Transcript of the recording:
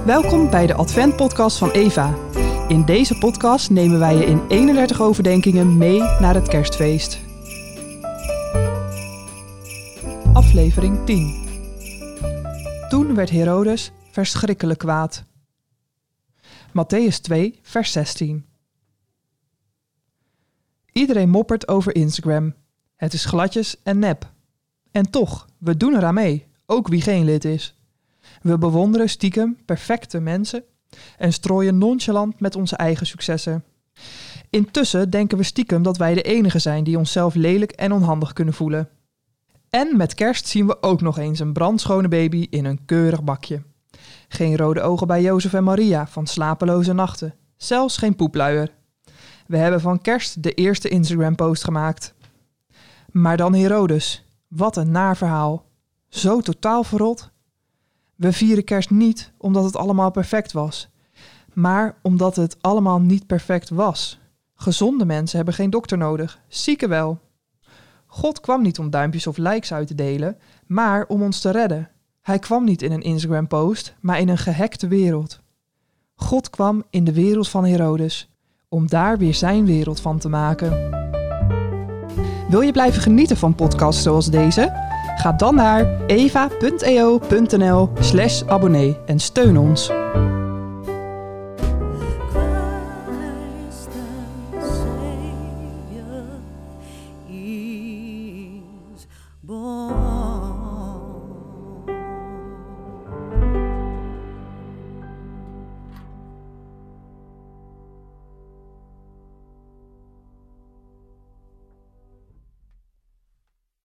Welkom bij de Advent-podcast van Eva. In deze podcast nemen wij je in 31 overdenkingen mee naar het kerstfeest. Aflevering 10. Toen werd Herodes verschrikkelijk kwaad. Mattheüs 2, vers 16. Iedereen moppert over Instagram. Het is gladjes en nep. En toch, we doen eraan mee, ook wie geen lid is. We bewonderen stiekem perfecte mensen en strooien nonchalant met onze eigen successen. Intussen denken we stiekem dat wij de enige zijn die onszelf lelijk en onhandig kunnen voelen. En met kerst zien we ook nog eens een brandschone baby in een keurig bakje. Geen rode ogen bij Jozef en Maria van slapeloze nachten. Zelfs geen poepluier. We hebben van kerst de eerste Instagram-post gemaakt. Maar dan Herodes. Wat een naar verhaal. Zo totaal verrot. We vieren kerst niet omdat het allemaal perfect was, maar omdat het allemaal niet perfect was. Gezonde mensen hebben geen dokter nodig, zieken wel. God kwam niet om duimpjes of likes uit te delen, maar om ons te redden. Hij kwam niet in een Instagram-post, maar in een gehackte wereld. God kwam in de wereld van Herodes, om daar weer zijn wereld van te maken. Wil je blijven genieten van podcasts zoals deze? Ga dan naar eva.eo.nl/abonnee en steun ons. Christ the Savior is born.